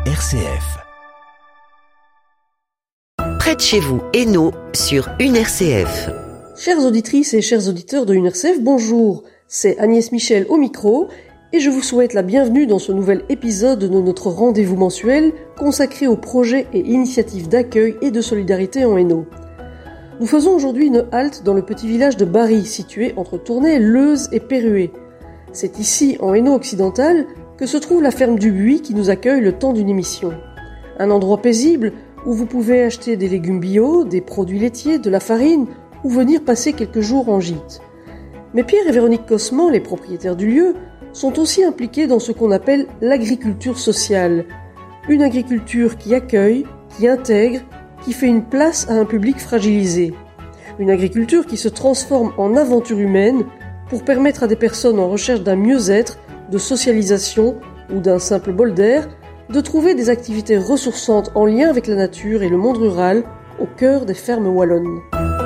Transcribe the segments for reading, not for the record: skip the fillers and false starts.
RCF. Près de chez vous, Hainaut, sur une RCF. Chères auditrices et chers auditeurs de une RCF, bonjour. C'est Agnès Michel au micro et je vous souhaite la bienvenue dans ce nouvel épisode de notre rendez-vous mensuel consacré aux projets et initiatives d'accueil et de solidarité en Hainaut. Nous faisons aujourd'hui une halte dans le petit village de Barry, situé entre Tournai, Leuze et Perruet. C'est ici, en Hainaut occidental, que se trouve la ferme du Buis qui nous accueille le temps d'une émission. Un endroit paisible où vous pouvez acheter des légumes bio, des produits laitiers, de la farine ou venir passer quelques jours en gîte. Mais Pierre et Véronique Cosman, les propriétaires du lieu, sont aussi impliqués dans ce qu'on appelle l'agriculture sociale. Une agriculture qui accueille, qui intègre, qui fait une place à un public fragilisé. Une agriculture qui se transforme en aventure humaine pour permettre à des personnes en recherche d'un mieux-être, de socialisation ou d'un simple bol d'air, de trouver des activités ressourçantes en lien avec la nature et le monde rural au cœur des fermes wallonnes.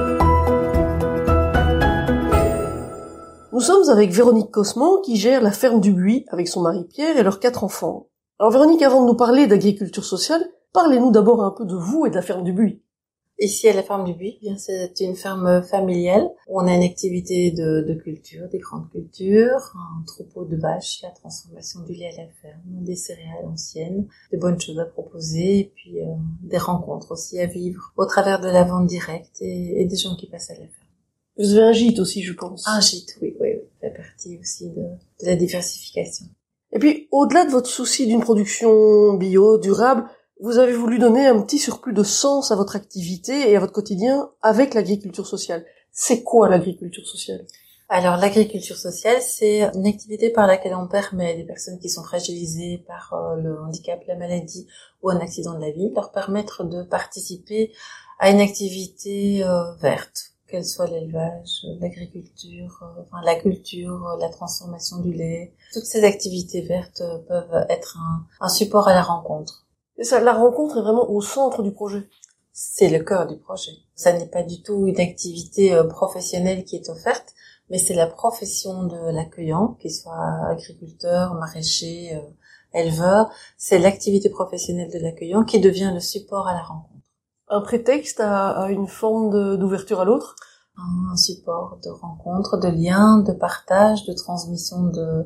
Nous sommes avec Véronique Cosman qui gère la ferme du Buis avec son mari Pierre et leurs 4 enfants. Alors Véronique, avant de nous parler d'agriculture sociale, parlez-nous d'abord un peu de vous et de la ferme du Buis. Ici, à la ferme du Buis, bien, c'est une ferme familiale où on a une activité de culture, des grandes cultures, un troupeau de vaches, la transformation du lait à la ferme, des céréales anciennes, de bonnes choses à proposer et puis des rencontres aussi à vivre au travers de la vente directe et des gens qui passent à la ferme. Vous avez un gîte aussi, je pense. Un gîte, oui, ça fait partie aussi de la diversification. Et puis, au-delà de votre souci d'une production bio, durable, vous avez voulu donner un petit surplus de sens à votre activité et à votre quotidien avec l'agriculture sociale. C'est quoi l'agriculture sociale ? Alors, l'agriculture sociale, c'est une activité par laquelle on permet à des personnes qui sont fragilisées par le handicap, la maladie ou un accident de la vie, leur permettre de participer à une activité verte, qu'elle soit l'élevage, l'agriculture, la culture, la transformation du lait. Toutes ces activités vertes peuvent être un support à la rencontre. Et ça, la rencontre est vraiment au centre du projet. C'est le cœur du projet. Ça n'est pas du tout une activité professionnelle qui est offerte, mais c'est la profession de l'accueillant, qu'il soit agriculteur, maraîcher, éleveur. C'est l'activité professionnelle de l'accueillant qui devient le support à la rencontre. Un prétexte à une forme d'ouverture à l'autre ? Un support de rencontre, de lien, de partage, de transmission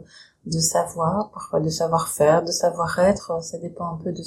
de savoir, parfois de savoir-faire, de savoir-être. Ça dépend un peu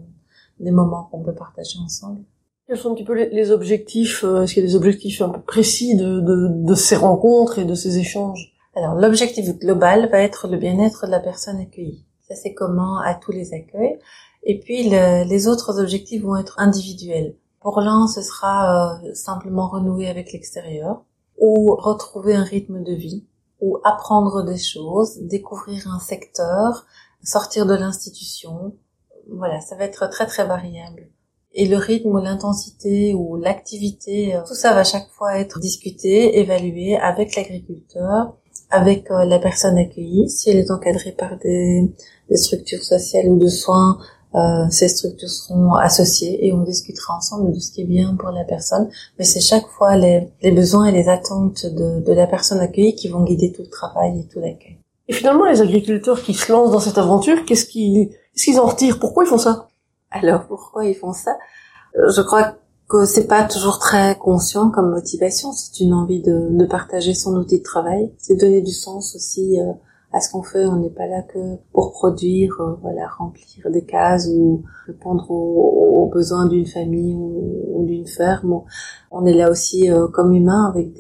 des moments qu'on peut partager ensemble. Quels sont un petit peu les objectifs ? Est-ce qu'il y a des objectifs un peu précis de ces rencontres et de ces échanges ? Alors, l'objectif global va être le bien-être de la personne accueillie. Ça, c'est commun à tous les accueils. Et puis, les autres objectifs vont être individuels. Pour l'un, ce sera simplement renouer avec l'extérieur, ou retrouver un rythme de vie, ou apprendre des choses, découvrir un secteur, sortir de l'institution. Voilà, ça va être très très variable. Et le rythme ou l'intensité ou l'activité, tout ça va chaque fois être discuté, évalué avec l'agriculteur, avec la personne accueillie. Si elle est encadrée par des structures sociales ou de soins, ces structures seront associées et on discutera ensemble de ce qui est bien pour la personne. Mais c'est chaque fois les besoins et les attentes de la personne accueillie qui vont guider tout le travail et tout l'accueil. Et finalement, les agriculteurs qui se lancent dans cette aventure, qu'est-ce qu'ils en retirent ? Pourquoi ils font ça ? Alors, pourquoi ils font ça ? Je crois que c'est pas toujours très conscient comme motivation. C'est une envie de partager son outil de travail. C'est donner du sens aussi à ce qu'on fait. On n'est pas là que pour produire, remplir des cases ou répondre aux besoins d'une famille ou d'une ferme. On est là aussi comme humain avec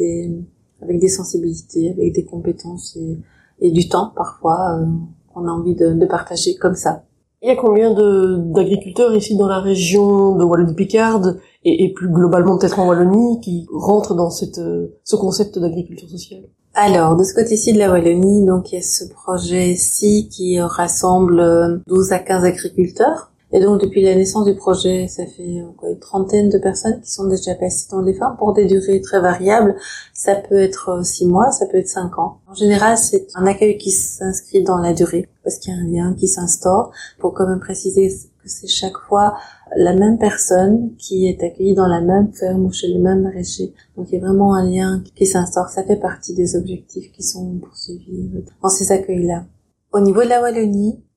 des sensibilités, avec des compétences et du temps parfois qu'on a envie de partager comme ça. Il y a combien d'agriculteurs ici dans la région de Wallonie-Picarde et plus globalement peut-être en Wallonie qui rentrent dans ce concept d'agriculture sociale ? Alors, de ce côté-ci de la Wallonie, donc il y a ce projet-ci qui rassemble 12 à 15 agriculteurs. Et donc, depuis la naissance du projet, ça fait une trentaine de personnes qui sont déjà passées dans les fermes pour des durées très variables. Ça peut être 6 mois, ça peut être 5 ans. En général, c'est un accueil qui s'inscrit dans la durée parce qu'il y a un lien qui s'instaure. Pour quand même préciser que c'est chaque fois la même personne qui est accueillie dans la même ferme ou chez le même maraîcher. Donc, il y a vraiment un lien qui s'instaure. Ça fait partie des objectifs qui sont poursuivis dans ces accueils-là. Au niveau de la Wallonie,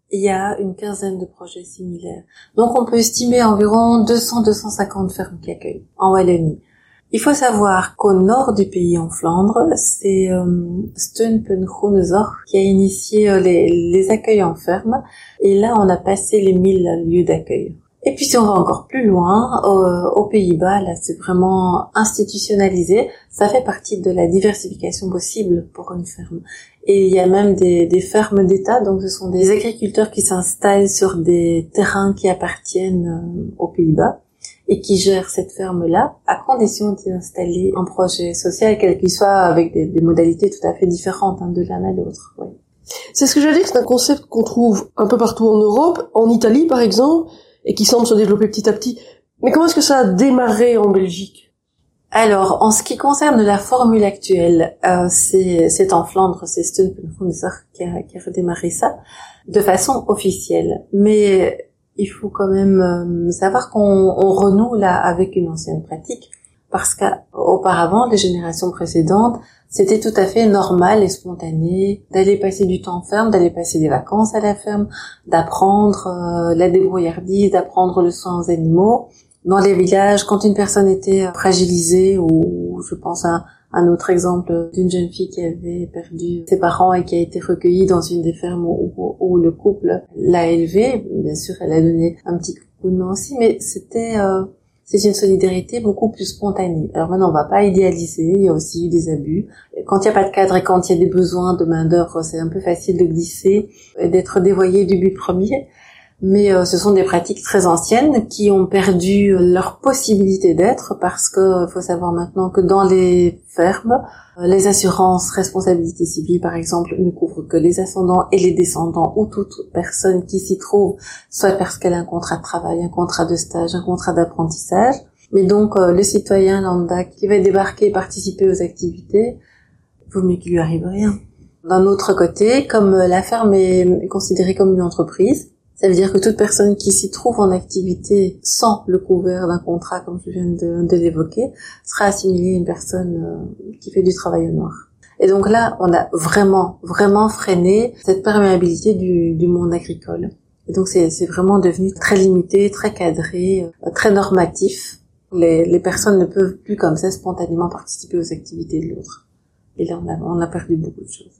il y a une quinzaine de projets similaires. Donc on peut estimer environ 200-250 fermes qui accueillent en Wallonie. Il faut savoir qu'au nord du pays, en Flandre, c'est Steun-Pen Groenezorg qui a initié les accueils en ferme. Et là, on a passé les 1000 lieux d'accueil. Et puis si on va encore plus loin, aux Pays-Bas, là c'est vraiment institutionnalisé. Ça fait partie de la diversification possible pour une ferme. Et il y a même des fermes d'État, donc ce sont des agriculteurs qui s'installent sur des terrains qui appartiennent aux Pays-Bas et qui gèrent cette ferme-là, à condition d'y installer un projet social, quel qu'il soit, avec des modalités tout à fait différentes de l'un à l'autre. Oui. C'est ce que j'allais dire, c'est un concept qu'on trouve un peu partout en Europe, en Italie par exemple, et qui semble se développer petit à petit. Mais comment est-ce que ça a démarré en Belgique ? Alors, en ce qui concerne la formule actuelle, c'est en Flandre, c'est Steun-Pen Groenezorg qui a redémarré ça, de façon officielle. Mais il faut quand même savoir qu'on renoue là avec une ancienne pratique, parce qu'auparavant, les générations précédentes, c'était tout à fait normal et spontané d'aller passer du temps en ferme, d'aller passer des vacances à la ferme, d'apprendre la débrouillardise, d'apprendre le soin aux animaux. Dans les villages, quand une personne était fragilisée, ou je pense à un autre exemple d'une jeune fille qui avait perdu ses parents et qui a été recueillie dans une des fermes où le couple l'a élevée. Bien sûr, elle a donné un petit coup de main aussi, mais c'est une solidarité beaucoup plus spontanée. Alors maintenant, on va pas idéaliser, il y a aussi eu des abus. Quand il n'y a pas de cadre et quand il y a des besoins de main-d'œuvre, c'est un peu facile de glisser et d'être dévoyé du but premier. Mais ce sont des pratiques très anciennes qui ont perdu leur possibilité d'être, parce que faut savoir maintenant que dans les fermes, les assurances responsabilité civile, par exemple, ne couvrent que les ascendants et les descendants ou toute personne qui s'y trouve, soit parce qu'elle a un contrat de travail, un contrat de stage, un contrat d'apprentissage. Mais donc, le citoyen lambda qui va débarquer et participer aux activités, il vaut mieux qu'il lui arrive rien. D'un autre côté, comme la ferme est considérée comme une entreprise, ça veut dire que toute personne qui s'y trouve en activité sans le couvert d'un contrat, comme je viens de l'évoquer, sera assimilée à une personne qui fait du travail au noir. Et donc là, on a vraiment freiné cette perméabilité du monde agricole. Et donc c'est vraiment devenu très limité, très cadré, très normatif. Les personnes ne peuvent plus comme ça spontanément participer aux activités de l'autre. Et là, on a perdu beaucoup de choses.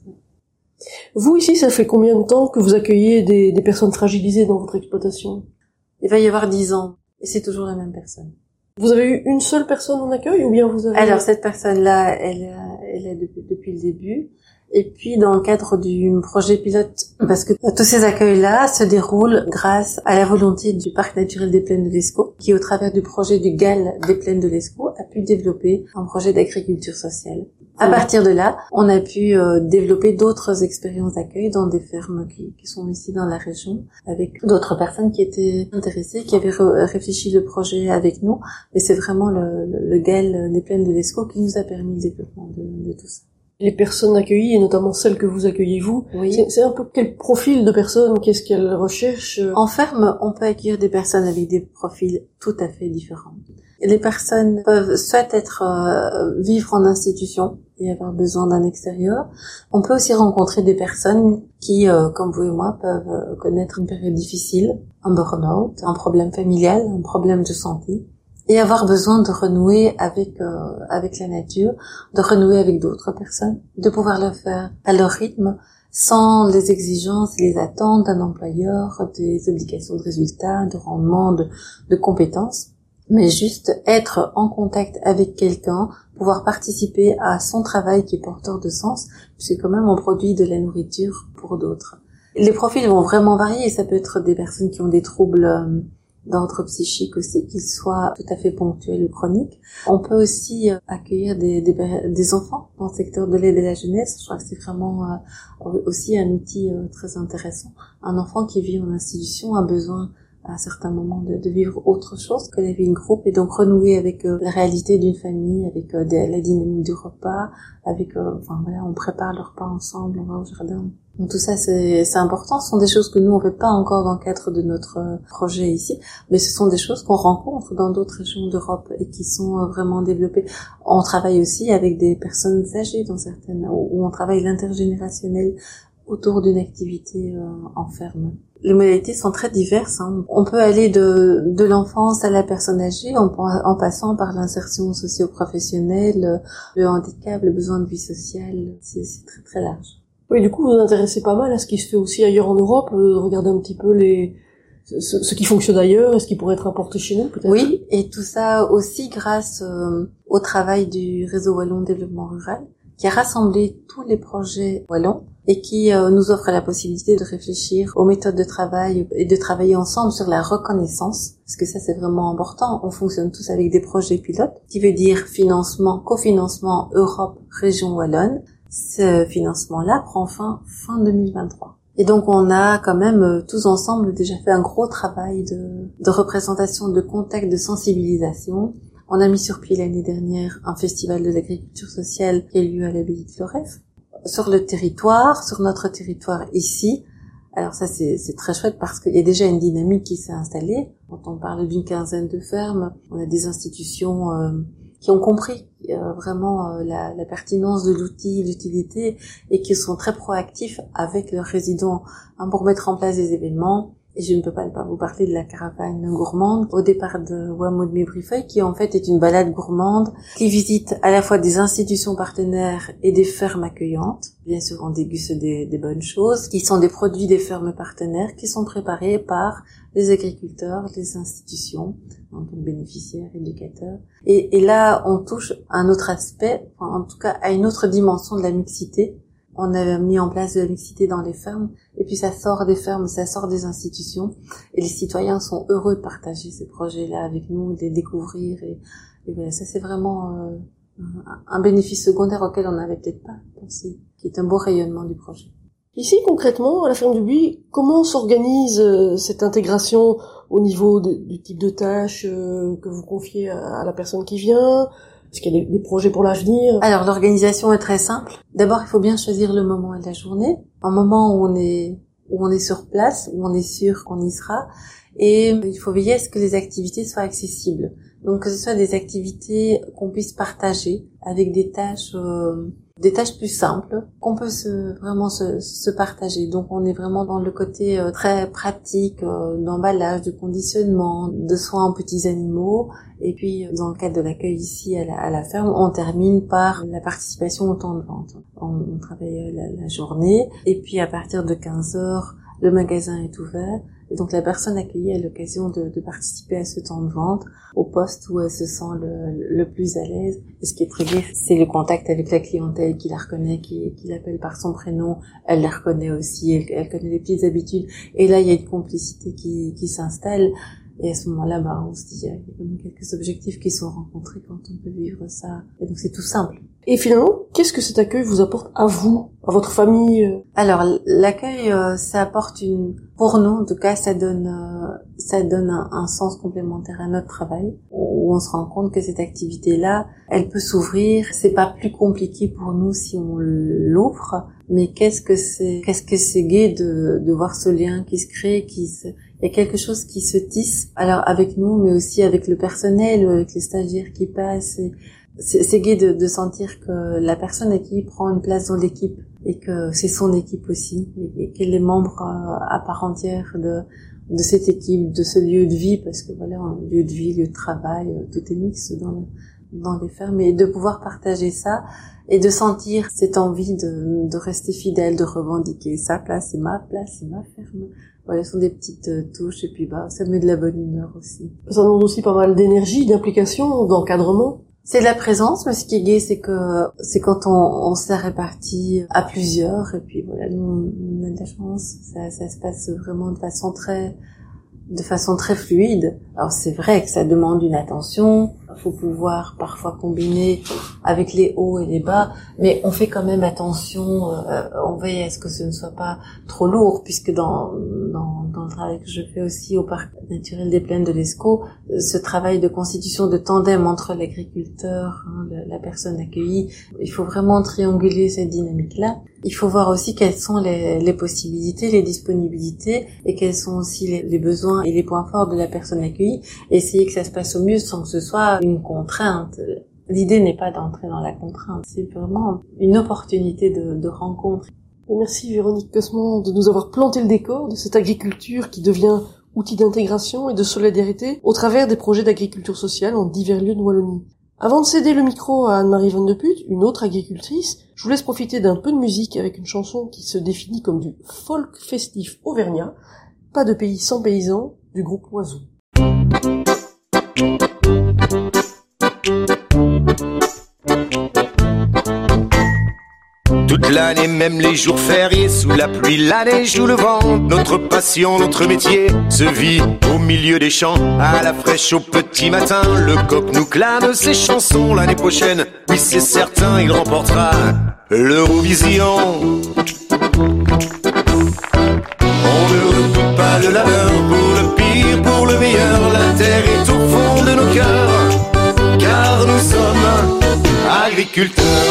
Vous, ici, ça fait combien de temps que vous accueillez des personnes fragilisées dans votre exploitation ? Il va y avoir 10 ans, et c'est toujours la même personne. Vous avez eu une seule personne en accueil, ou bien vous avez... Alors, cette personne-là, elle est depuis le début. Et puis, dans le cadre du projet pilote, parce que tous ces accueils-là se déroulent grâce à la volonté du Parc naturel des Plaines de l'Escaut, qui, au travers du projet du GAL des Plaines de l'Escaut, a pu développer un projet d'agriculture sociale. À partir de là, on a pu développer d'autres expériences d'accueil dans des fermes qui sont ici dans la région, avec d'autres personnes qui étaient intéressées, qui avaient réfléchi le projet avec nous. Et c'est vraiment le GAL des Plaines de l'Escaut qui nous a permis le développement de tout ça. Les personnes accueillies, et notamment celles que vous accueillez vous, oui. C'est un peu quel profil de personnes, qu'est-ce qu'elles recherchent ? En ferme, on peut accueillir des personnes avec des profils tout à fait différents. Les personnes peuvent soit vivre en institution et avoir besoin d'un extérieur. On peut aussi rencontrer des personnes qui, comme vous et moi, peuvent connaître une période difficile, un burn-out, un problème familial, un problème de santé, et avoir besoin de renouer avec la nature, de renouer avec d'autres personnes, de pouvoir le faire à leur rythme, sans les exigences et les attentes d'un employeur, des obligations de résultats, de rendement, de compétences, mais juste être en contact avec quelqu'un, pouvoir participer à son travail qui est porteur de sens, puisque quand même on produit de la nourriture pour d'autres. Les profils vont vraiment varier, ça peut être des personnes qui ont des troubles d'ordre psychique aussi, qu'ils soient tout à fait ponctuels ou chroniques. On peut aussi accueillir des enfants dans le secteur de l'aide à la jeunesse. Je crois que c'est vraiment aussi un outil très intéressant. Un enfant qui vit en institution a besoin à certains moments de vivre autre chose que la vie de groupe, et donc renouer avec la réalité d'une famille, avec la dynamique du repas, avec on prépare le repas ensemble, on va au jardin. Donc tout ça c'est important, ce sont des choses que nous on fait pas encore dans le cadre de notre projet ici, mais ce sont des choses qu'on rencontre dans d'autres régions d'Europe et qui sont vraiment développées. On travaille aussi avec des personnes âgées dans certaines, où on travaille l'intergénérationnel autour d'une activité en ferme. Les modalités sont très diverses, hein. On peut aller de l'enfance à la personne âgée en passant par l'insertion socio-professionnelle, le handicap, le besoin de vie sociale. C'est très très large. Oui, du coup, vous vous intéressez pas mal à ce qui se fait aussi ailleurs en Europe, regarder un petit peu ce qui fonctionne ailleurs et ce qui pourrait être importé chez nous, peut-être. Oui, et tout ça aussi grâce au travail du réseau Wallon Développement Rural, qui a rassemblé tous les projets wallons et qui nous offre la possibilité de réfléchir aux méthodes de travail et de travailler ensemble sur la reconnaissance, parce que ça c'est vraiment important. On fonctionne tous avec des projets pilotes, qui veut dire financement, cofinancement Europe, région wallonne. Ce financement-là prend fin 2023. Et donc on a quand même tous ensemble déjà fait un gros travail de représentation, de contact, de sensibilisation. On a mis sur pied l'année dernière un festival de l'agriculture sociale qui a eu lieu à l'abbaye de Floreffe. Sur le territoire, sur notre territoire ici, alors ça c'est très chouette parce qu'il y a déjà une dynamique qui s'est installée. Quand on parle d'une quinzaine de fermes, on a des institutions qui ont compris vraiment la pertinence de l'outil, l'utilité, et qui sont très proactifs avec leurs résidents pour mettre en place des événements. Et je ne peux pas ne pas vous parler de la caravane gourmande au départ de Hameau de Mébrifeuille, qui en fait est une balade gourmande qui visite à la fois des institutions partenaires et des fermes accueillantes. Bien sûr, on déguste des bonnes choses, qui sont des produits des fermes partenaires, qui sont préparés par les agriculteurs, les institutions, donc bénéficiaires, éducateurs. Et là, on touche à un autre aspect, en tout cas à une autre dimension de la mixité. On a mis en place de la mixité dans les fermes, et puis ça sort des fermes, ça sort des institutions, et les citoyens sont heureux de partager ces projets-là avec nous, de les découvrir, et voilà, ça c'est vraiment un bénéfice secondaire auquel on n'avait peut-être pas pensé, qui est un beau rayonnement du projet. Ici, concrètement, à la ferme du Buis, comment s'organise cette intégration au niveau du type de tâches que vous confiez à la personne qui vient? Est-ce qu'il y a des projets pour l'avenir? Alors, l'organisation est très simple. D'abord, il faut bien choisir le moment de la journée, un moment où on est sur place, où on est sûr qu'on y sera, et il faut veiller à ce que les activités soient accessibles. Donc, que ce soit des activités qu'on puisse partager avec des tâches plus simples, qu'on peut vraiment se partager. Donc, on est vraiment dans le côté très pratique, d'emballage, de conditionnement, de soins en petits animaux. Et puis, dans le cadre de l'accueil ici à la ferme, on termine par la participation au temps de vente. On travaille la journée, et puis à partir de 15h, le magasin est ouvert. Et donc la personne accueillie a l'occasion de participer à ce temps de vente au poste où elle se sent le plus à l'aise. Et ce qui est très bien, c'est le contact avec la clientèle qui la reconnaît, qui l'appelle par son prénom. Elle la reconnaît aussi, elle connaît les petites habitudes. Et là, il y a une complicité qui s'installe. Et à ce moment-là, on se dit, il y a quand même quelques objectifs qui sont rencontrés quand on peut vivre ça. Et donc c'est tout simple. Et finalement, qu'est-ce que cet accueil vous apporte à vous, à votre famille? Alors, l'accueil, ça apporte pour nous, en tout cas, ça donne un sens complémentaire à notre travail, où on se rend compte que cette activité-là, elle peut s'ouvrir. C'est pas plus compliqué pour nous si on l'ouvre, mais qu'est-ce que c'est gai de voir ce lien qui se crée, il y a quelque chose qui se tisse, alors avec nous, mais aussi avec le personnel, avec les stagiaires qui passent. C'est gai de sentir que la personne à qui prend une place dans l'équipe, et que c'est son équipe aussi, et qu'elle est membre à part entière de cette équipe, de ce lieu de vie, parce que voilà, un lieu de vie, lieu de travail, tout est mixte dans les fermes, et de pouvoir partager ça, et de sentir cette envie de rester fidèle, de revendiquer sa place, c'est ma place, c'est ma ferme. Voilà, ce sont des petites touches, et puis ça met de la bonne humeur aussi. Ça demande aussi pas mal d'énergie, d'implication, d'encadrement. C'est de la présence, mais ce qui est gai, c'est quand on s'est répartis à plusieurs, et puis voilà, nous on a de la chance, ça se passe vraiment de façon très fluide. Alors c'est vrai que ça demande une attention, il faut pouvoir parfois combiner avec les hauts et les bas, mais on fait quand même attention, on veille à ce que ce ne soit pas trop lourd, puisque dans le travail que je fais aussi au parc naturel des plaines de l'Escaut, ce travail de constitution de tandem entre l'agriculteur, la personne accueillie, il faut vraiment trianguler cette dynamique-là. Il faut voir aussi quelles sont les possibilités, les disponibilités, et quels sont aussi les besoins et les points forts de la personne accueillie, et essayer que ça se passe au mieux sans que ce soit une contrainte. L'idée n'est pas d'entrer dans la contrainte, c'est vraiment une opportunité de rencontre. Merci Véronique Cosman de nous avoir planté le décor de cette agriculture qui devient outil d'intégration et de solidarité au travers des projets d'agriculture sociale en divers lieux de Wallonie. Avant de céder le micro à Anne-Marie Van de Putte, une autre agricultrice, je vous laisse profiter d'un peu de musique avec une chanson qui se définit comme du folk festif auvergnat, Pas de pays sans paysans, du groupe Oiseau. Toute l'année, même les jours fériés, sous la pluie, la neige ou le vent, notre passion, notre métier se vit au milieu des champs, à la fraîche au petit matin. Le coq nous clame ses chansons l'année prochaine. Oui, c'est certain, il remportera l'Eurovision. On ne redoute pas le labeur, pour le pire, pour le meilleur. La terre est au fond de nos cœurs, car nous sommes agriculteurs.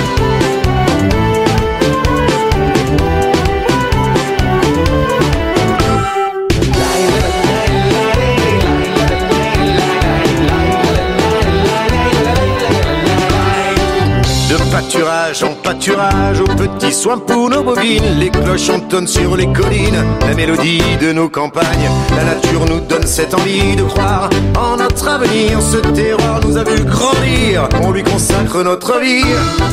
Pâturage en pâturage, aux petits soins pour nos bovines. Les cloches entonnent sur les collines, la mélodie de nos campagnes. La nature nous donne cette envie de croire en notre avenir. Ce terroir nous a vu grandir, on lui consacre notre vie.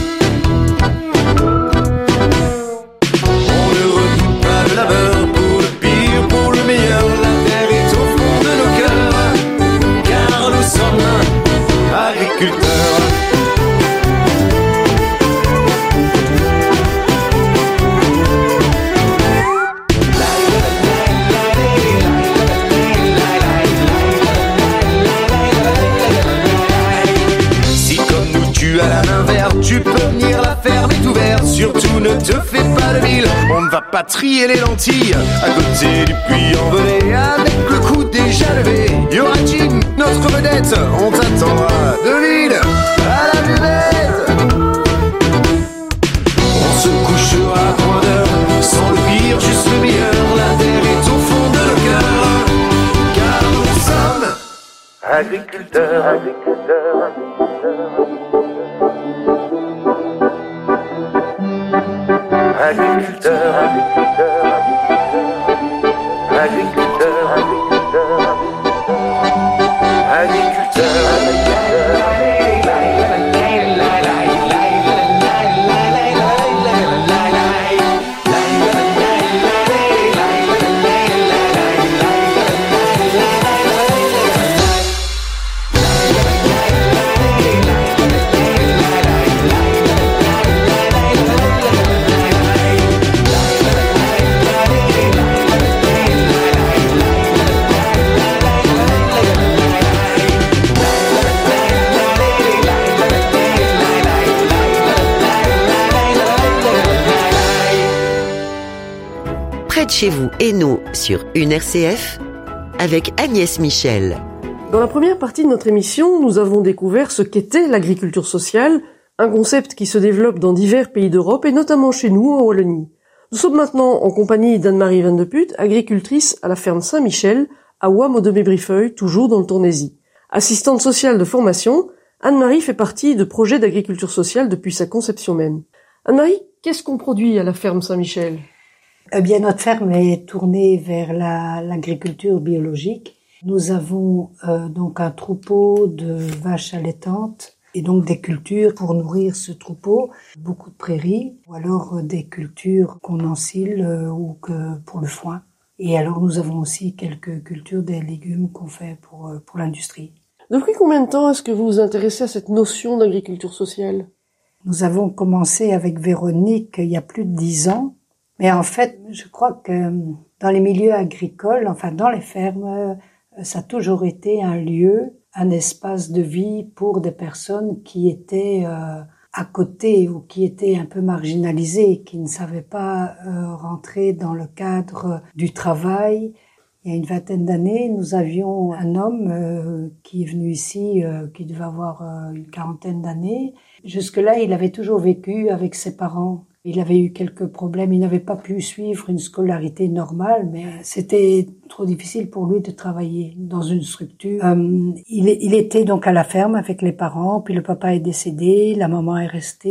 On ne redoute pas le labeur, pour le pire, pour le meilleur. La terre est au fond de nos cœurs, car nous sommes agriculteurs. Tu peux venir, la ferme est ouverte. Surtout ne te fais pas de ville, on ne va pas trier les lentilles à côté du puits envolé. Avec le coup déjà levé, y aura Jim, notre vedette. On t'attendra de l'île à la buvette. On se couchera à point d'heure, sans le pire, juste le meilleur. La terre est au fond de nos cœurs, car nous sommes agriculteurs, agriculteurs. Agriculteur, agriculteur, agriculteur, agriculteur, agriculteur, agriculteur, Près de chez vous, Hainaut, sur une RCF, avec Agnès Michel. Dans la première partie de notre émission, nous avons découvert ce qu'était l'agriculture sociale, un concept qui se développe dans divers pays d'Europe et notamment chez nous en Wallonie. Nous sommes maintenant en compagnie d'Anne-Marie Van de Putte, agricultrice à la ferme Saint-Michel, à Ouham-au-Demébrifeuille, toujours dans le Tournaisis. Assistante sociale de formation, Anne-Marie fait partie de projets d'agriculture sociale depuis sa conception même. Anne-Marie, qu'est-ce qu'on produit à la ferme Saint-Michel ? Eh bien, notre ferme est tournée vers l'agriculture biologique. Nous avons donc un troupeau de vaches allaitantes et donc des cultures pour nourrir ce troupeau, beaucoup de prairies ou alors des cultures qu'on ensile ou que pour le foin. Et alors nous avons aussi quelques cultures des légumes qu'on fait pour l'industrie. Depuis combien de temps est-ce que vous vous intéressez à cette notion d'agriculture sociale ? Nous avons commencé avec Véronique il y a plus de 10 ans. Mais en fait, je crois que dans les milieux agricoles, enfin dans les fermes, ça a toujours été un lieu, un espace de vie pour des personnes qui étaient à côté ou qui étaient un peu marginalisées, qui ne savaient pas rentrer dans le cadre du travail. Il y a une vingtaine d'années, nous avions un homme qui est venu ici, qui devait avoir une quarantaine d'années. Jusque-là, il avait toujours vécu avec ses parents. Il avait eu quelques problèmes, il n'avait pas pu suivre une scolarité normale, mais c'était trop difficile pour lui de travailler dans une structure. Il était donc à la ferme avec les parents, puis le papa est décédé, la maman est restée,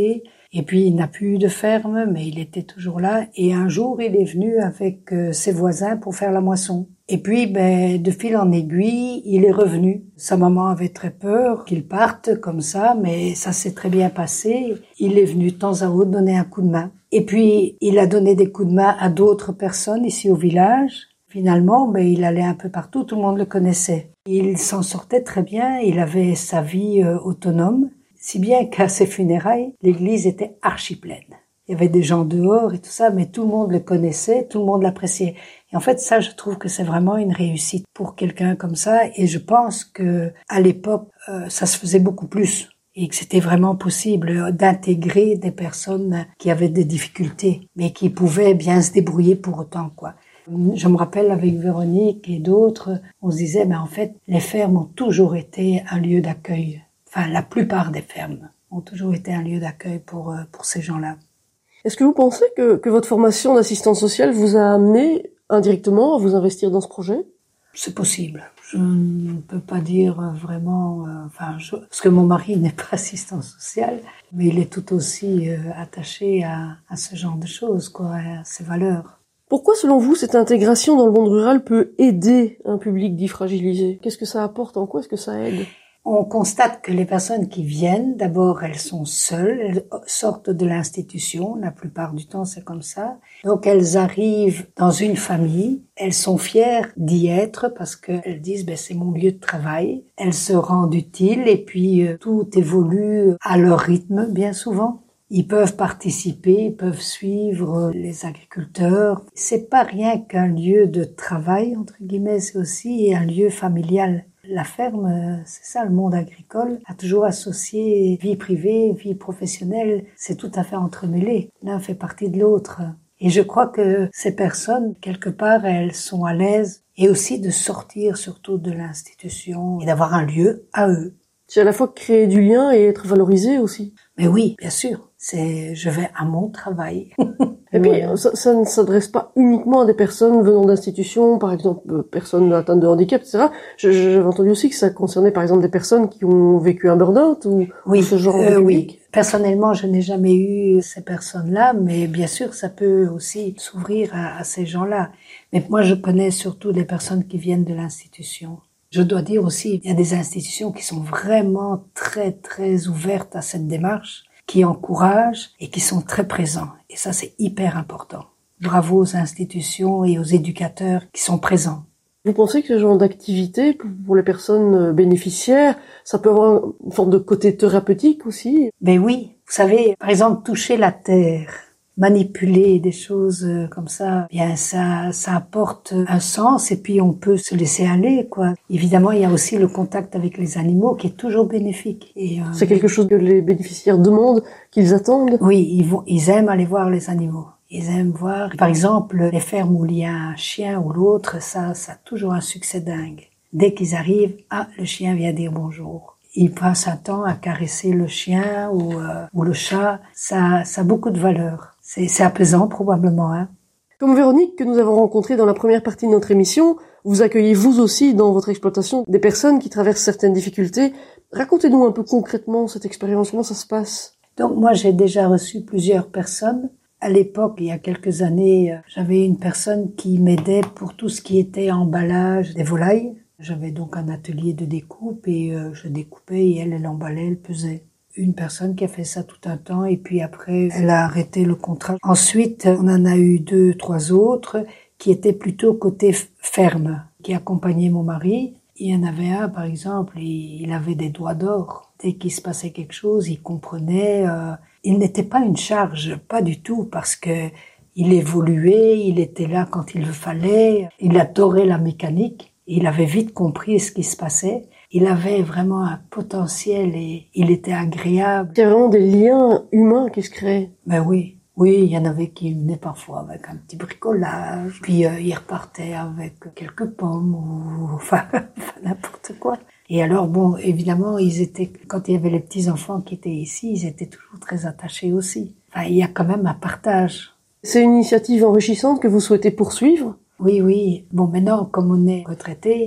Et puis il n'a plus de ferme, mais il était toujours là. Et un jour, il est venu avec ses voisins pour faire la moisson. Et puis, de fil en aiguille, il est revenu. Sa maman avait très peur qu'il parte comme ça, mais ça s'est très bien passé. Il est venu de temps à autre donner un coup de main. Et puis, il a donné des coups de main à d'autres personnes ici au village. Finalement, il allait un peu partout, tout le monde le connaissait. Il s'en sortait très bien, il avait sa vie autonome. Si bien qu'à ses funérailles, l'église était archi pleine. Il y avait des gens dehors et tout ça, mais tout le monde le connaissait, tout le monde l'appréciait. Et en fait, ça, je trouve que c'est vraiment une réussite pour quelqu'un comme ça. Et je pense que à l'époque, ça se faisait beaucoup plus. Et que c'était vraiment possible d'intégrer des personnes qui avaient des difficultés, mais qui pouvaient bien se débrouiller pour autant, quoi. Je me rappelle avec Véronique et d'autres, on se disait, en fait, les fermes ont toujours été un lieu d'accueil. Enfin, la plupart des fermes ont toujours été un lieu d'accueil pour ces gens-là. Est-ce que vous pensez que votre formation d'assistante sociale vous a amené indirectement à vous investir dans ce projet? C'est possible. Je ne peux pas dire vraiment... parce que mon mari n'est pas assistant social, mais il est tout aussi attaché à ce genre de choses, quoi, à ces valeurs. Pourquoi, selon vous, cette intégration dans le monde rural peut aider un public dit fragilisé? Qu'est-ce que ça apporte? En quoi est-ce que ça aide? On constate que les personnes qui viennent, d'abord, elles sont seules, elles sortent de l'institution, la plupart du temps c'est comme ça. Donc elles arrivent dans une famille, elles sont fières d'y être parce qu'elles disent c'est mon lieu de travail. Elles se rendent utiles et puis tout évolue à leur rythme bien souvent. Ils peuvent participer, ils peuvent suivre les agriculteurs. C'est pas rien qu'un lieu de travail, entre guillemets, c'est aussi un lieu familial. La ferme, c'est ça, le monde agricole a toujours associé vie privée, vie professionnelle. C'est tout à fait entremêlé. L'un fait partie de l'autre. Et je crois que ces personnes, quelque part, elles sont à l'aise. Et aussi de sortir surtout de l'institution et d'avoir un lieu à eux. C'est à la fois créer du lien et être valorisé aussi. Mais oui, bien sûr. Je vais à mon travail. Et puis, ça ne s'adresse pas uniquement à des personnes venant d'institutions, par exemple, personnes atteintes de handicap, etc. J'avais entendu aussi que ça concernait, par exemple, des personnes qui ont vécu un burn-out ou ce genre de public. Oui. Personnellement, je n'ai jamais eu ces personnes-là, mais bien sûr, ça peut aussi s'ouvrir à ces gens-là. Mais moi, je connais surtout des personnes qui viennent de l'institution. Je dois dire aussi, il y a des institutions qui sont vraiment très, très ouvertes à cette démarche, qui encouragent et qui sont très présents. Et ça, c'est hyper important. Bravo aux institutions et aux éducateurs qui sont présents. Vous pensez que ce genre d'activité, pour les personnes bénéficiaires, ça peut avoir une forme de côté thérapeutique aussi? Ben oui. Vous savez, par exemple, toucher la terre, manipuler des choses comme ça, bien ça apporte un sens et puis on peut se laisser aller, quoi. Évidemment, il y a aussi le contact avec les animaux qui est toujours bénéfique. Et c'est quelque chose que les bénéficiaires demandent, qu'ils attendent? Oui, ils aiment aller voir les animaux. Ils aiment voir, par exemple, les fermes où il y a un chien ou l'autre, ça a toujours un succès dingue. Dès qu'ils arrivent, le chien vient dire bonjour. Ils passent un temps à caresser le chien ou le chat. Ça a beaucoup de valeur. C'est apaisant probablement, hein. Comme Véronique, que nous avons rencontrée dans la première partie de notre émission, vous accueillez vous aussi dans votre exploitation des personnes qui traversent certaines difficultés. Racontez-nous un peu concrètement cette expérience, comment ça se passe? Donc moi j'ai déjà reçu plusieurs personnes. À l'époque, il y a quelques années, j'avais une personne qui m'aidait pour tout ce qui était emballage des volailles. J'avais donc un atelier de découpe et je découpais et elle emballait, elle pesait. Une personne qui a fait ça tout un temps et puis après elle a arrêté le contrat. Ensuite, on en a eu 2, 3 autres qui étaient plutôt côté ferme, qui accompagnaient mon mari. Il y en avait un, par exemple, il avait des doigts d'or. Dès qu'il se passait quelque chose, il comprenait. Il n'était pas une charge, pas du tout, parce que il évoluait, il était là quand il le fallait. Il adorait la mécanique. Il avait vite compris ce qui se passait. Il avait vraiment un potentiel et il était agréable. Il y a vraiment des liens humains qui se créaient. Ben oui, il y en avait qui venaient parfois avec un petit bricolage, puis ils repartaient avec quelques pommes ou enfin n'importe quoi. Et alors bon, évidemment, quand il y avait les petits-enfants qui étaient ici, ils étaient toujours très attachés aussi. Enfin, il y a quand même un partage. C'est une initiative enrichissante que vous souhaitez poursuivre? Oui. Bon, maintenant, comme on est retraités,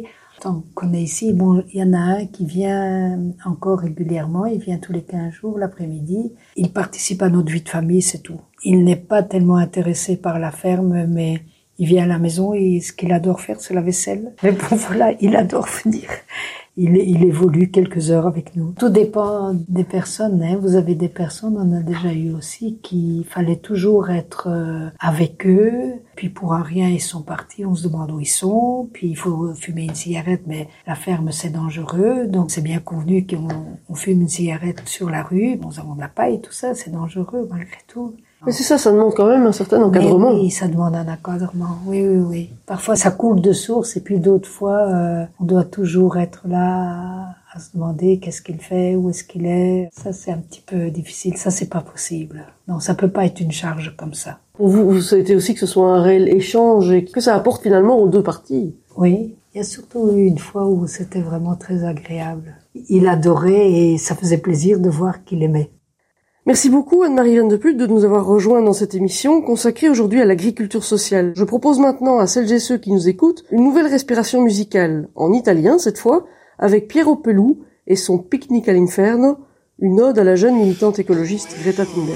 tant qu'on est ici, bon, il y en a un qui vient encore régulièrement, il vient tous les 15 jours l'après-midi. Il participe à notre vie de famille, c'est tout. Il n'est pas tellement intéressé par la ferme, mais il vient à la maison et ce qu'il adore faire, c'est la vaisselle. Mais bon, voilà, il adore venir. Il évolue quelques heures avec nous. Tout dépend des personnes, hein. Vous avez des personnes, on a déjà eu aussi, qu'il fallait toujours être avec eux. Puis pour un rien, ils sont partis, on se demande où ils sont. Puis il faut fumer une cigarette, mais la ferme, c'est dangereux. Donc c'est bien convenu qu'on fume une cigarette sur la rue. Bon, on n'a pas et tout ça, c'est dangereux malgré tout. Mais c'est ça demande quand même un certain encadrement. Oui, ça demande un encadrement, oui. Parfois ça coule de source et puis d'autres fois, on doit toujours être là à se demander qu'est-ce qu'il fait, où est-ce qu'il est. Ça c'est un petit peu difficile, ça c'est pas possible. Non, ça peut pas être une charge comme ça. Pour vous souhaitez aussi que ce soit un réel échange et que ça apporte finalement aux deux parties. Oui, il y a surtout eu une fois où c'était vraiment très agréable. Il adorait et ça faisait plaisir de voir qu'il aimait. Merci beaucoup Anne-Marie Van de Putte de nous avoir rejoints dans cette émission consacrée aujourd'hui à l'agriculture sociale. Je propose maintenant à celles et ceux qui nous écoutent une nouvelle respiration musicale, en italien cette fois, avec Piero Pelù et son Picnic all'Inferno, une ode à la jeune militante écologiste Greta Thunberg.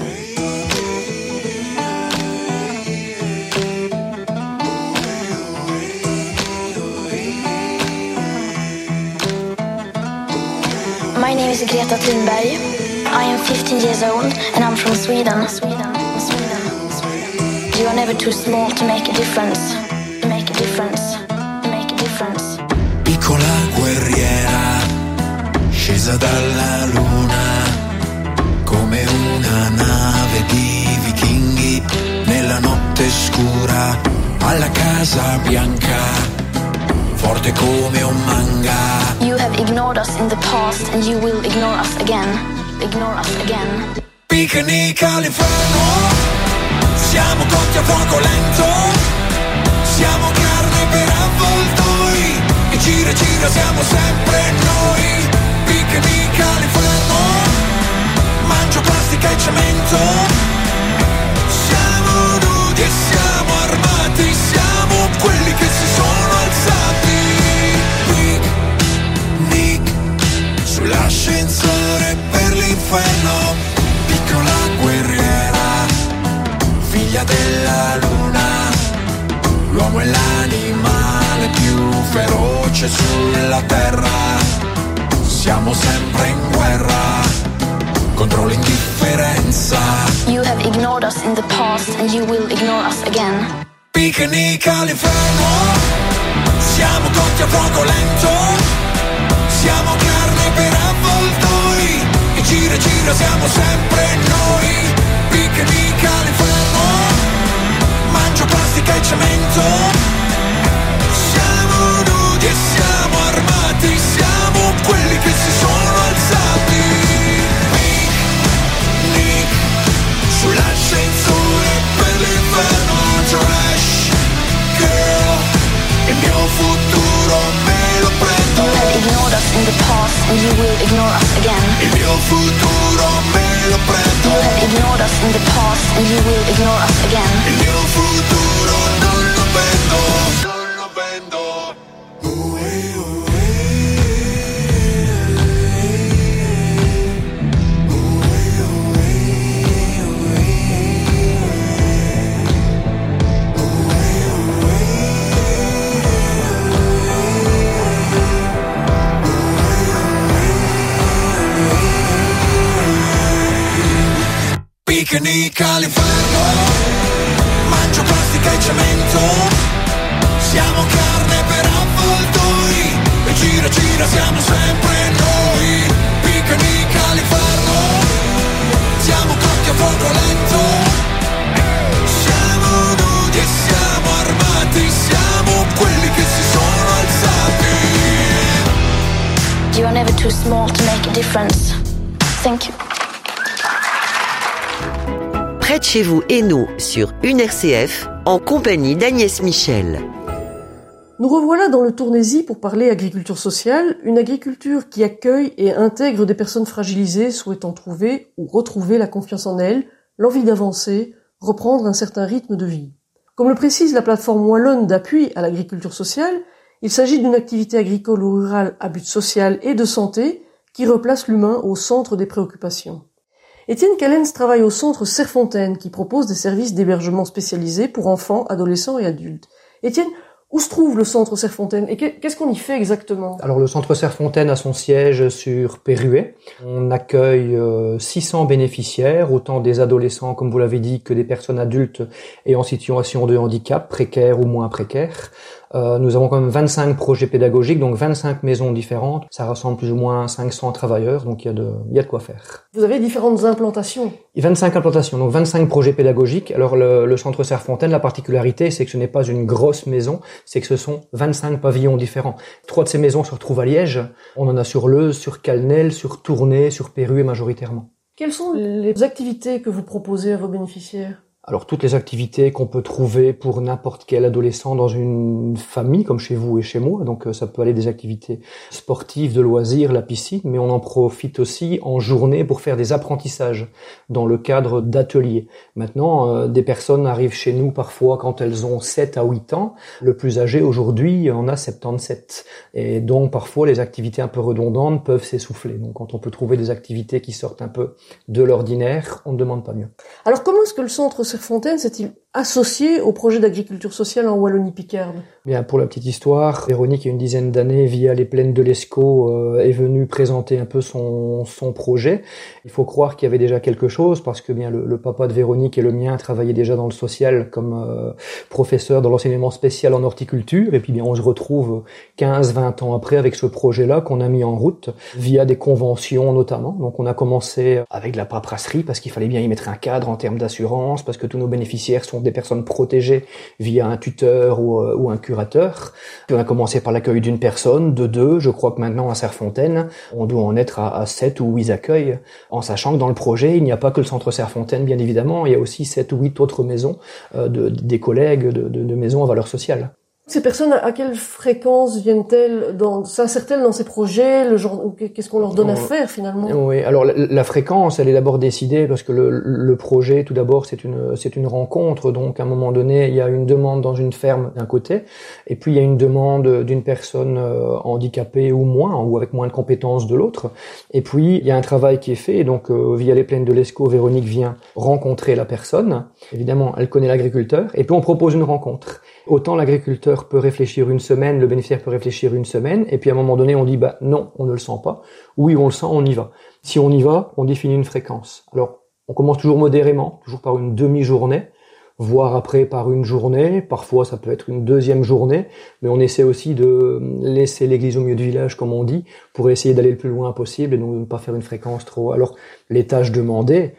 My name is Greta Thunberg. I am 15 years old and I'm from Sweden. You are never too small to make a difference. Piccola guerriera, scesa dalla luna, come una nave di vichinghi nella notte scura, alla Casa Bianca, forte come un manga. You have ignored us in the past and you will ignore us again. Picnic all'inferno, siamo cotti a fuoco lento, siamo carne per avvoltoi, e gira siamo sempre noi. Picnic all'inferno, mangio plastica e cemento, siamo nudi e siamo armati, siamo quelli che si sono alzati. Picnic sull'ascensore per l'inferno, piccola guerriera, figlia della luna, l'uomo è l'animale più feroce sulla terra, siamo sempre in guerra contro l'indifferenza. You have ignored us in the past and you will ignore us again. Picnic all'inferno, siamo cotti a fuoco lento, siamo carne per avvoltoi, e gira siamo sempre noi. Picnic all'inferno, mangio plastica e cemento, siamo nudi e siamo armati, siamo quelli che si sono alzati. Picnic sull'ascensore per l'inferno, trash girl, il mio futuro me lo prendo. You have ignored us in the past and you will ignore us again. Il mio futuro me lo prendo. You have ignored us in the past and you will ignore us again. Il mio futuro non lo vendo. Picnic all'inferno, mangio plastica e cemento, siamo carne per avvoltoi, e gira siamo sempre noi. Picnic all'inferno, siamo cotti a fuoco lento, siamo nudi e siamo armati, siamo quelli che si sono alzati. You are never too small to make a difference. Thank you. Près de chez vous et nous sur une RCF en compagnie d'Agnès Michel. Nous revoilà dans le Tournaisis pour parler agriculture sociale, une agriculture qui accueille et intègre des personnes fragilisées souhaitant trouver ou retrouver la confiance en elles, l'envie d'avancer, reprendre un certain rythme de vie. Comme le précise la plateforme wallonne d'appui à l'agriculture sociale, Il s'agit d'une activité agricole ou rurale à but social et de santé qui replace l'humain au centre des préoccupations. Étienne Callens travaille au centre Serfontaine qui propose des services d'hébergement spécialisés pour enfants, adolescents et adultes. Étienne, où se trouve le centre Serfontaine et qu'est-ce qu'on y fait exactement? Alors le centre Serfontaine a son siège sur Péruet. On accueille 600 bénéficiaires, autant des adolescents, comme vous l'avez dit, que des personnes adultes et en situation de handicap, précaires ou moins précaires. Nous avons quand même 25 projets pédagogiques, donc 25 maisons différentes. Ça rassemble plus ou moins 500 travailleurs, donc il y a de quoi faire. Vous avez différentes implantations. 25 implantations, donc 25 projets pédagogiques. Alors le centre Serfontaine, la particularité, c'est que ce n'est pas une grosse maison, c'est que ce sont 25 pavillons différents. 3 de ces maisons se retrouvent à Liège. On en a sur Leuze, sur Calnel, sur Tournai, sur Péruet majoritairement. Quelles sont les activités que vous proposez à vos bénéficiaires? Alors toutes les activités qu'on peut trouver pour n'importe quel adolescent dans une famille, comme chez vous et chez moi, donc ça peut aller des activités sportives, de loisirs, la piscine, mais on en profite aussi en journée pour faire des apprentissages dans le cadre d'ateliers. Maintenant, des personnes arrivent chez nous parfois quand elles ont 7 à 8 ans, le plus âgé aujourd'hui en a 77, et donc parfois les activités un peu redondantes peuvent s'essouffler. Donc quand on peut trouver des activités qui sortent un peu de l'ordinaire, on ne demande pas mieux. Alors comment est-ce que le centre Serfontaine s'est-il associé au projet d'agriculture sociale en Wallonie-Picarde? Bien, pour la petite histoire, Véronique, il y a une dizaine d'années, via les plaines de l'Escaut, est venue présenter un peu son projet. Il faut croire qu'il y avait déjà quelque chose, parce que bien le papa de Véronique et le mien travaillaient déjà dans le social comme professeur dans l'enseignement spécial en horticulture, et puis bien on se retrouve 15-20 ans après avec ce projet-là qu'on a mis en route, via des conventions notamment. Donc on a commencé avec de la paperasserie, parce qu'il fallait bien y mettre un cadre en termes d'assurance, parce que tous nos bénéficiaires sont des personnes protégées via un tuteur ou un curateur. Puis on a commencé par l'accueil d'une personne, de 2, je crois que maintenant à Serfontaine, on doit en être à 7 ou 8 accueils, en sachant que dans le projet, il n'y a pas que le centre Serfontaine, bien évidemment, il y a aussi 7 ou 8 autres maisons, des collègues de maisons à valeur sociale. Ces personnes, à quelle fréquence viennent-elles s'insèrent-elles dans ces projets? Qu'est-ce qu'on leur donne à faire finalement? Oui, alors la fréquence, elle est d'abord décidée parce que le projet, tout d'abord, c'est une rencontre. Donc, à un moment donné, il y a une demande dans une ferme d'un côté, et puis il y a une demande d'une personne handicapée ou moins, ou avec moins de compétences de l'autre. Et puis, il y a un travail qui est fait. Donc, via les plaines de l'Escaut, Véronique vient rencontrer la personne. Évidemment, elle connaît l'agriculteur, et puis on propose une rencontre. Autant l'agriculteur peut réfléchir une semaine, le bénéficiaire peut réfléchir une semaine, et puis à un moment donné, on dit non, on ne le sent pas. Oui, on le sent, on y va. Si on y va, on définit une fréquence. Alors, on commence toujours modérément, toujours par une demi-journée, voire après par une journée. Parfois, ça peut être une deuxième journée, mais on essaie aussi de laisser l'église au milieu du village, comme on dit, pour essayer d'aller le plus loin possible et donc de ne pas faire une fréquence trop. Alors, les tâches demandées,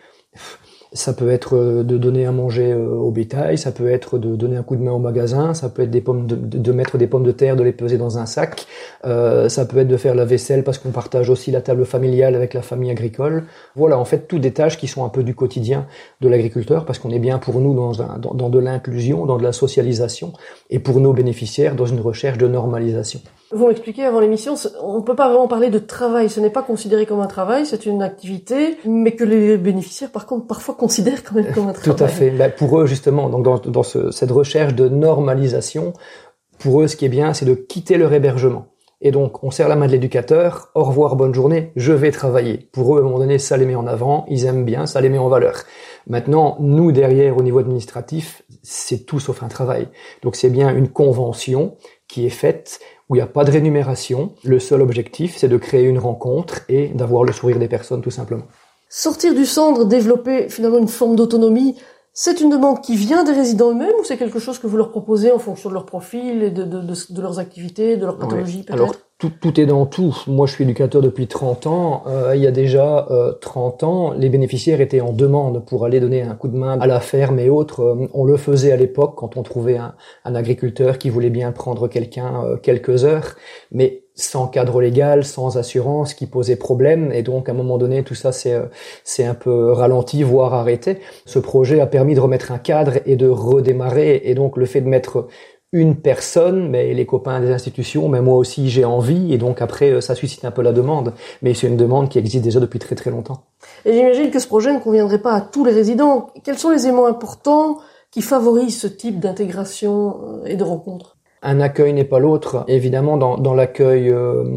ça peut être de donner à manger au bétail, ça peut être de donner un coup de main au magasin, ça peut être de mettre des pommes de terre, de les peser dans un sac, ça peut être de faire la vaisselle parce qu'on partage aussi la table familiale avec la famille agricole. Voilà, en fait, toutes des tâches qui sont un peu du quotidien de l'agriculteur, parce qu'on est bien pour nous dans de l'inclusion, dans de la socialisation, et pour nos bénéficiaires dans une recherche de normalisation. Vous m'expliquez avant l'émission, on ne peut pas vraiment parler de travail, ce n'est pas considéré comme un travail, c'est une activité, mais que les bénéficiaires, par contre, parfois considèrent quand même comme un travail. Tout à fait. Pour eux, justement, donc dans cette recherche de normalisation, pour eux, ce qui est bien, c'est de quitter leur hébergement. Et donc, on serre la main de l'éducateur, au revoir, bonne journée, je vais travailler. Pour eux, à un moment donné, ça les met en avant, ils aiment bien, ça les met en valeur. Maintenant, nous, derrière, au niveau administratif, c'est tout sauf un travail. Donc, c'est bien une convention qui est faite, où il n'y a pas de rémunération. Le seul objectif, c'est de créer une rencontre et d'avoir le sourire des personnes, tout simplement. Sortir du centre, développer finalement une forme d'autonomie, c'est une demande qui vient des résidents eux-mêmes ou c'est quelque chose que vous leur proposez en fonction de leur profil et de leurs activités, de leur pathologie peut-être? Alors, tout est dans tout. Moi, je suis éducateur depuis 30 ans. Il y a déjà 30 ans, les bénéficiaires étaient en demande pour aller donner un coup de main à la ferme et autres. On le faisait à l'époque quand on trouvait un agriculteur qui voulait bien prendre quelqu'un quelques heures, mais sans cadre légal, sans assurance, qui posait problème. Et donc, à un moment donné, tout ça, c'est un peu ralenti, voire arrêté. Ce projet a permis de remettre un cadre et de redémarrer. Et donc, le fait de mettre une personne, mais les copains des institutions, mais moi aussi j'ai envie, et donc après ça suscite un peu la demande, mais c'est une demande qui existe déjà depuis très très longtemps. Et j'imagine que ce projet ne conviendrait pas à tous les résidents. Quels sont les éléments importants qui favorisent ce type d'intégration et de rencontre? Un accueil n'est pas l'autre. Évidemment, dans l'accueil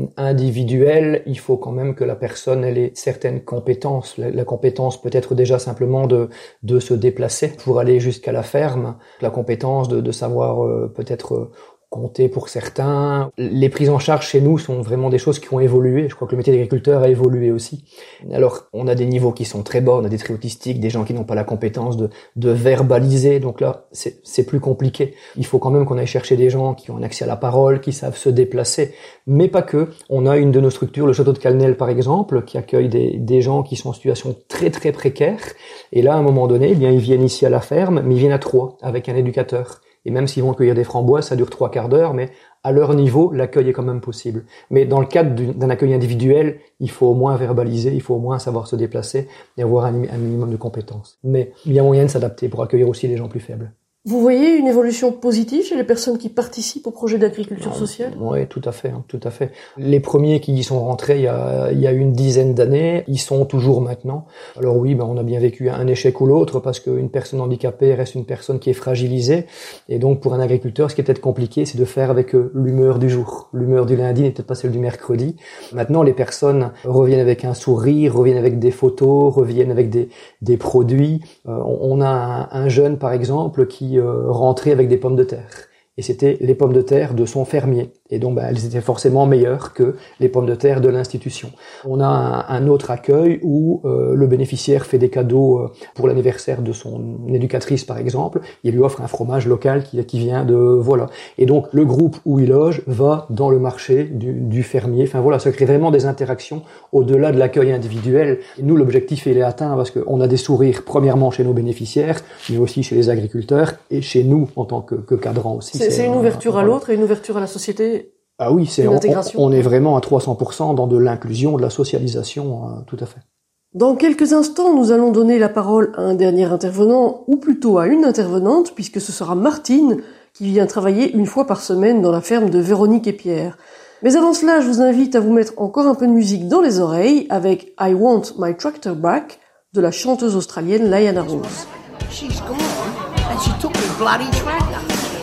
individuel, il faut quand même que la personne elle ait certaines compétences. La compétence peut être déjà simplement de se déplacer pour aller jusqu'à la ferme. La compétence de savoir peut-être compter pour certains. Les prises en charge chez nous sont vraiment des choses qui ont évolué. Je crois que le métier d'agriculteur a évolué aussi. Alors, on a des niveaux qui sont très bas, on a des très autistiques, des gens qui n'ont pas la compétence de verbaliser. Donc là, c'est plus compliqué. Il faut quand même qu'on aille chercher des gens qui ont un accès à la parole, qui savent se déplacer. Mais pas que. On a une de nos structures, le château de Calnel par exemple, qui accueille des gens qui sont en situation très très précaire. Et là, à un moment donné, eh bien, ils viennent ici à la ferme, mais ils viennent à 3 avec un éducateur. Et même s'ils vont cueillir des framboises, ça dure 3/4 d'heure, mais à leur niveau, l'accueil est quand même possible. Mais dans le cadre d'un accueil individuel, il faut au moins verbaliser, il faut au moins savoir se déplacer et avoir un minimum de compétences. Mais il y a moyen de s'adapter pour accueillir aussi les gens plus faibles. Vous voyez une évolution positive chez les personnes qui participent au projet d'agriculture sociale ? Oui, tout à fait, tout à fait. Les premiers qui y sont rentrés il y a une dizaine d'années, ils sont toujours maintenant. Alors oui, on a bien vécu un échec ou l'autre parce qu'une personne handicapée reste une personne qui est fragilisée. Et donc pour un agriculteur, ce qui est peut-être compliqué, c'est de faire avec l'humeur du jour. L'humeur du lundi n'est peut-être pas celle du mercredi. Maintenant, les personnes reviennent avec un sourire, reviennent avec des photos, reviennent avec des produits. On a un jeune, par exemple, qui rentrer avec des pommes de terre. Et c'était les pommes de terre de son fermier. Et donc, elles étaient forcément meilleures que les pommes de terre de l'institution. On a un autre accueil où le bénéficiaire fait des cadeaux pour l'anniversaire de son éducatrice, par exemple. Il lui offre un fromage local qui vient de... Voilà. Et donc, le groupe où il loge va dans le marché du fermier. Enfin, voilà, ça crée vraiment des interactions au-delà de l'accueil individuel. Et nous, l'objectif, il est atteint parce qu'on a des sourires, premièrement, chez nos bénéficiaires, mais aussi chez les agriculteurs et chez nous, en tant que cadrans aussi. C'est une ouverture à l'autre et une ouverture à la société. Ah oui, on est vraiment à 300% dans de l'inclusion, de la socialisation, tout à fait. Dans quelques instants, nous allons donner la parole à un dernier intervenant, ou plutôt à une intervenante, puisque ce sera Martine, qui vient travailler une fois par semaine dans la ferme de Véronique et Pierre. Mais avant cela, je vous invite à vous mettre encore un peu de musique dans les oreilles avec I Want My Tractor Back de la chanteuse australienne Liana Rose. She's gone and she took the bloody tractor.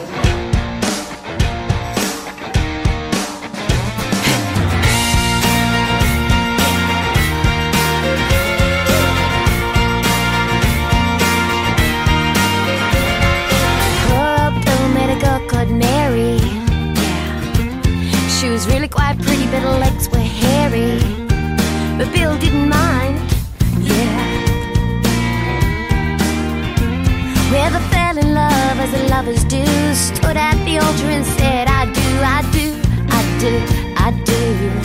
Really quite pretty, but her legs were hairy. But Bill didn't mind, yeah. Well, they fell in love as the lovers do. Stood at the altar and said, I do, I do, I do, I do.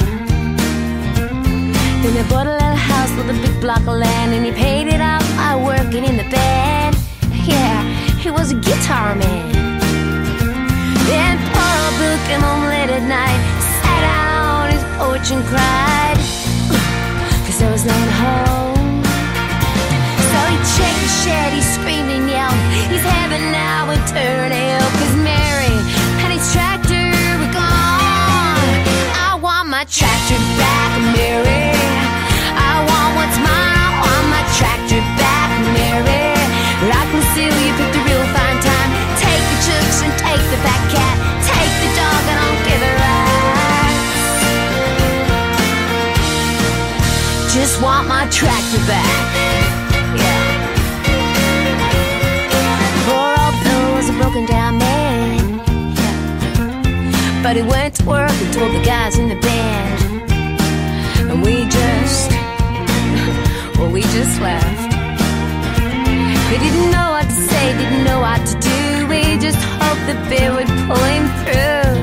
Then they bought a little house with a big block of land, and he paid it off by working in the band. Yeah, he was a guitar man. Then poor old Bill came home late at night, sat down on his porch and cried, 'cause there was no one home. So he checked the shed, he screamed and yelled, he's heaven now and turned hell, 'cause Mary and his tractor were gone. I want my tractor back, Mary. I want what's mine, I want my tractor back, Mary. Like Lucille, you picked a real fine time. Take the chooks and take the fat cat. Take the dog and I'll give it rights. Just want my tractor back. Yeah. Poor old Bill was a broken down man. Yeah. But he went to work and told the guys in the band. And we just laughed. We didn't know what to say, didn't know what to do. We just hoped the beer would pull him through.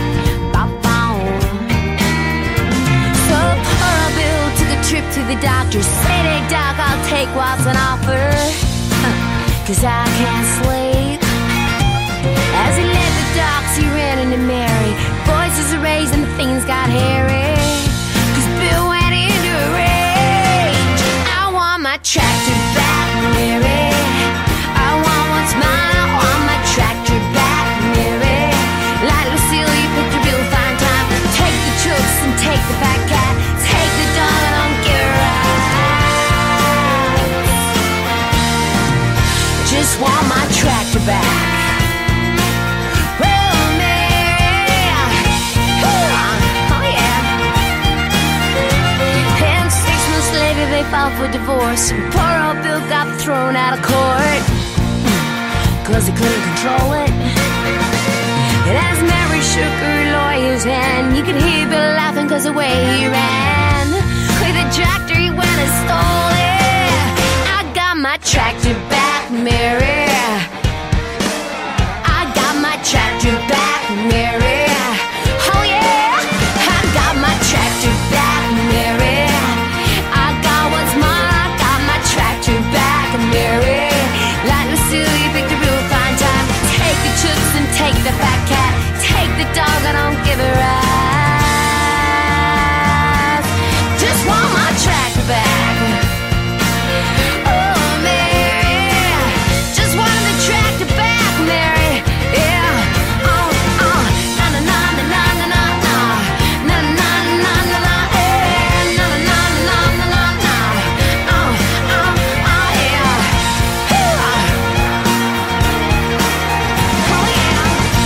So poor Bill took a trip to the doctor. Said, hey doc, I'll take what's on offer, 'cause I can't sleep. As he left the docks, he ran into Mary. Voices were raised and the things got hairy, 'cause Bill went into a rage. I want my tractor back, Mary. I want what's mine, I want my tractor back, Mary. Like Lucille, you picked a real fine time. Take the chooks and take the fat cat. Take the dog and don't give it right. Just want my tractor. filed for divorce. And poor old Bill got thrown out of court, 'cause he couldn't control it. And as Mary shook her lawyer's hand, you could hear Bill laughing 'cause the way he ran. With a tractor he went and stole it. I got my tractor back, Mary. I got my tractor back, Mary. Oh yeah, I got my tractor back, Mary. I got what's mine, I got my tractor back, Mary. Like Lucille, you picked a real fine time. Take the chips and take the fat cat. Take the dog, I don't give a rat. Just want my tractor back. Oh, Mary. Just want the tractor back, Mary. Yeah. Na na na na na na na na. Na na na na na. Na na na na na na na. Yeah. Oh yeah.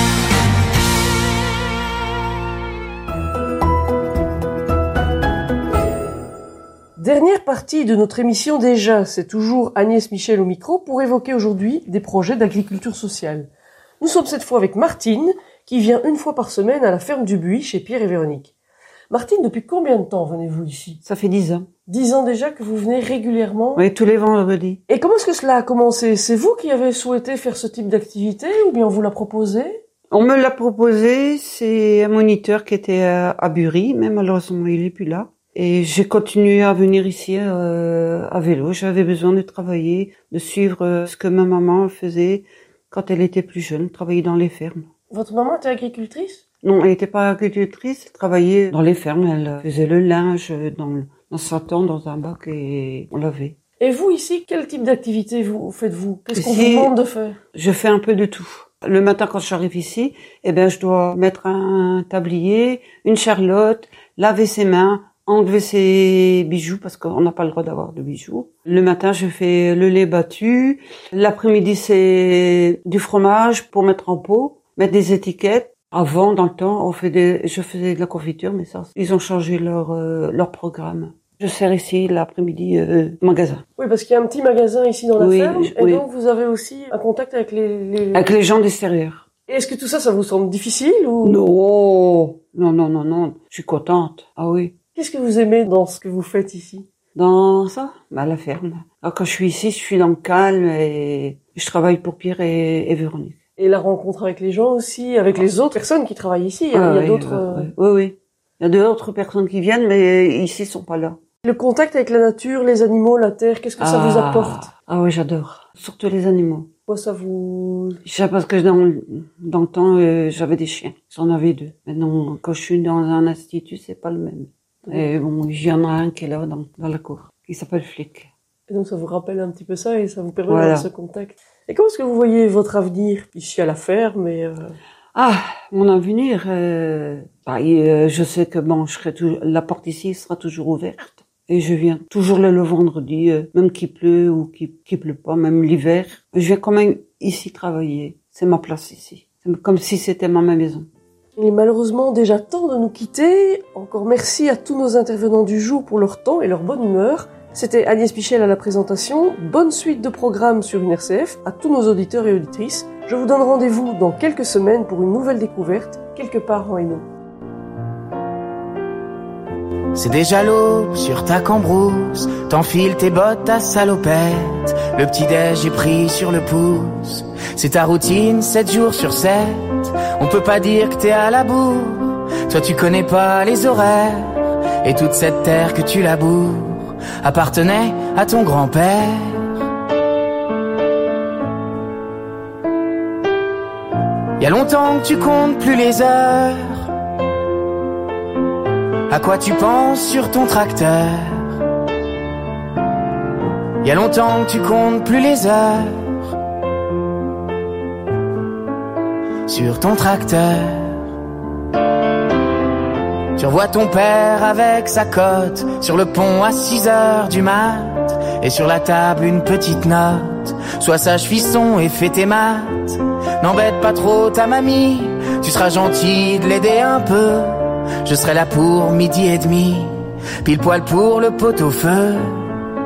Dernière partie de notre émission déjà, c'est toujours Agnès Michel au micro pour évoquer aujourd'hui des projets d'agriculture sociale. Nous sommes cette fois avec Martine, qui vient une fois par semaine à la ferme du Buis chez Pierre et Véronique. Martine, depuis combien de temps venez-vous ici ? Ça fait 10 ans. 10 ans déjà que vous venez régulièrement ? Oui, tous les vendredis. Et comment est-ce que cela a commencé ? C'est vous qui avez souhaité faire ce type d'activité ou bien on vous l'a proposé ? On me l'a proposé, c'est un moniteur qui était à Bury, mais malheureusement il est plus là. Et j'ai continué à venir ici à vélo. J'avais besoin de travailler, de suivre ce que ma maman faisait quand elle était plus jeune, travailler dans les fermes. Votre maman était agricultrice ? Non, elle n'était pas agricultrice, elle travaillait dans les fermes, elle faisait le linge dans sa tente, dans un bac et on lavait. Et vous ici, quel type d'activité faites-vous ? Qu'est-ce qu'on Ici, vous demande de faire ? Je fais un peu de tout. Le matin quand j'arrive ici, je dois mettre un tablier, une charlotte, laver ses mains, enlever ses bijoux parce qu'on n'a pas le droit d'avoir de bijoux. Le matin, je fais le lait battu. L'après-midi, c'est du fromage pour mettre en pot, mettre des étiquettes. Avant, dans le temps, je faisais de la confiture, mais ça, ils ont changé leur programme. Je sers ici l'après-midi magasin. Oui, parce qu'il y a un petit magasin ici dans la ferme, et oui. donc vous avez aussi un contact avec avec les gens d'extérieur. Et est-ce que tout ça, ça vous semble difficile ou... Non. Je suis contente. Ah oui. Qu'est-ce que vous aimez dans ce que vous faites ici ? Dans ça, la ferme. Alors, quand je suis ici, je suis dans le calme et je travaille pour Pierre et Véronique. Et la rencontre avec les gens aussi, avec les autres personnes qui travaillent ici. Il y a d'autres... Oui. Il y a d'autres personnes qui viennent, mais ici, ils sont pas là. Le contact avec la nature, les animaux, la terre, qu'est-ce que ça vous apporte ? Ah oui, j'adore. Surtout les animaux. Quoi, ça vous... Je sais parce que dans le temps, j'avais des chiens. J'en avais 2. Maintenant, quand je suis dans un institut, c'est pas le même. Et bon, il y en a un qui est là dans la cour, qui s'appelle Flick. Et donc ça vous rappelle un petit peu ça et ça vous permet d'avoir ce contact. Et comment est-ce que vous voyez votre avenir ici à la ferme et mon avenir, je sais que la porte ici sera toujours ouverte. Et je viens toujours le vendredi, même qu'il pleut ou qu'il pleut pas, même l'hiver. Je viens quand même ici travailler. C'est ma place ici. C'est comme si c'était ma maison. Il est malheureusement déjà temps de nous quitter. Encore merci à tous nos intervenants du jour pour leur temps et leur bonne humeur. C'était Agnès Michel à la présentation. Bonne suite de programmes sur une RCF à tous nos auditeurs et auditrices. Je vous donne rendez-vous dans quelques semaines pour une nouvelle découverte, quelque part en Hainaut. C'est déjà l'aube sur ta cambrousse, t'enfiles tes bottes à salopette, le petit-déj est pris sur le pouce, c'est ta routine 7 jours sur 7, on peut pas dire que t'es à la bourre, toi tu connais pas les horaires, et toute cette terre que tu laboures, appartenait à ton grand-père. Y a longtemps que tu comptes plus les heures, à quoi tu penses sur ton tracteur? Y a longtemps que tu comptes plus les heures sur ton tracteur. Tu revois ton père avec sa cote sur le pont à 6h du mat, et sur la table une petite note: sois sage fiston et fais tes maths. N'embête pas trop ta mamie, tu seras gentil de l'aider un peu. Je serai là pour 12h30, pile poil pour le pot-au-feu.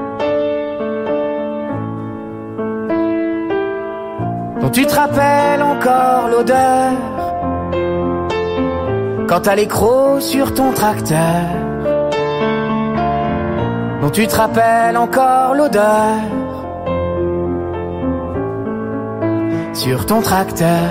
dont tu te rappelles encore l'odeur quand t'as l'écrou sur ton tracteur, dont tu te rappelles encore l'odeur sur ton tracteur.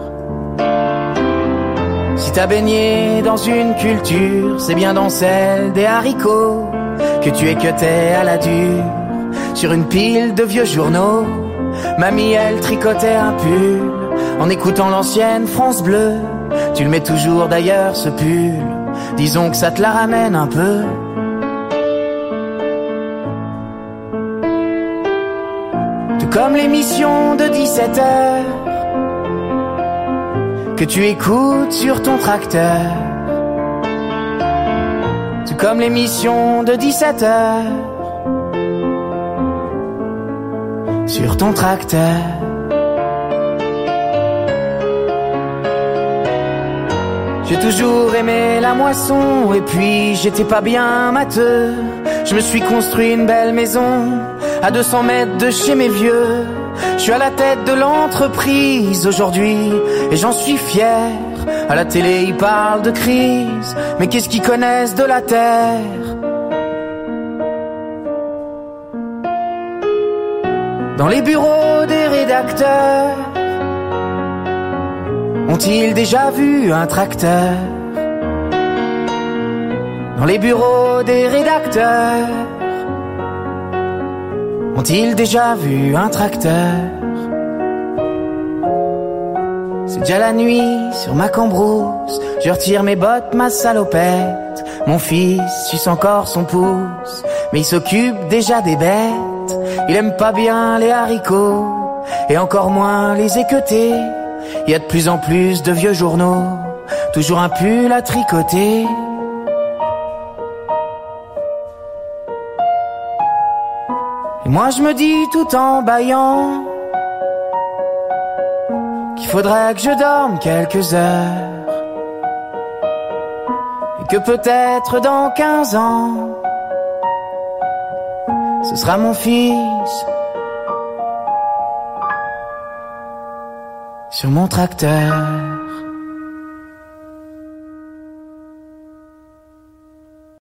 Si t'as baigné dans une culture, c'est bien dans celle des haricots que tu équeutais à la dure sur une pile de vieux journaux. Mamie, elle tricotait un pull en écoutant l'ancienne France Bleu. Tu le mets toujours d'ailleurs ce pull, disons que ça te la ramène un peu. Tout comme l'émission de 17h que tu écoutes sur ton tracteur. Tout comme l'émission de 17h sur ton tracteur. J'ai toujours aimé la moisson et puis j'étais pas bien matheux. Je me suis construit une belle maison à 200 mètres de chez mes vieux. Je suis à la tête de l'entreprise aujourd'hui et j'en suis fier. À la télé ils parlent de crise, mais qu'est-ce qu'ils connaissent de la terre? Dans les bureaux des rédacteurs, ont-ils déjà vu un tracteur? Dans les bureaux des rédacteurs, ont-ils déjà vu un tracteur? C'est déjà la nuit sur ma cambrousse, je retire mes bottes, ma salopette. Mon fils suce encore son pouce, mais il s'occupe déjà des bêtes. Il aime pas bien les haricots, et encore moins les équeuter. Il y a de plus en plus de vieux journaux, toujours un pull à tricoter. Et moi je me dis tout en bâillant qu'il faudrait que je dorme quelques heures, et que peut-être dans 15 ans ce sera mon fils sur mon tracteur.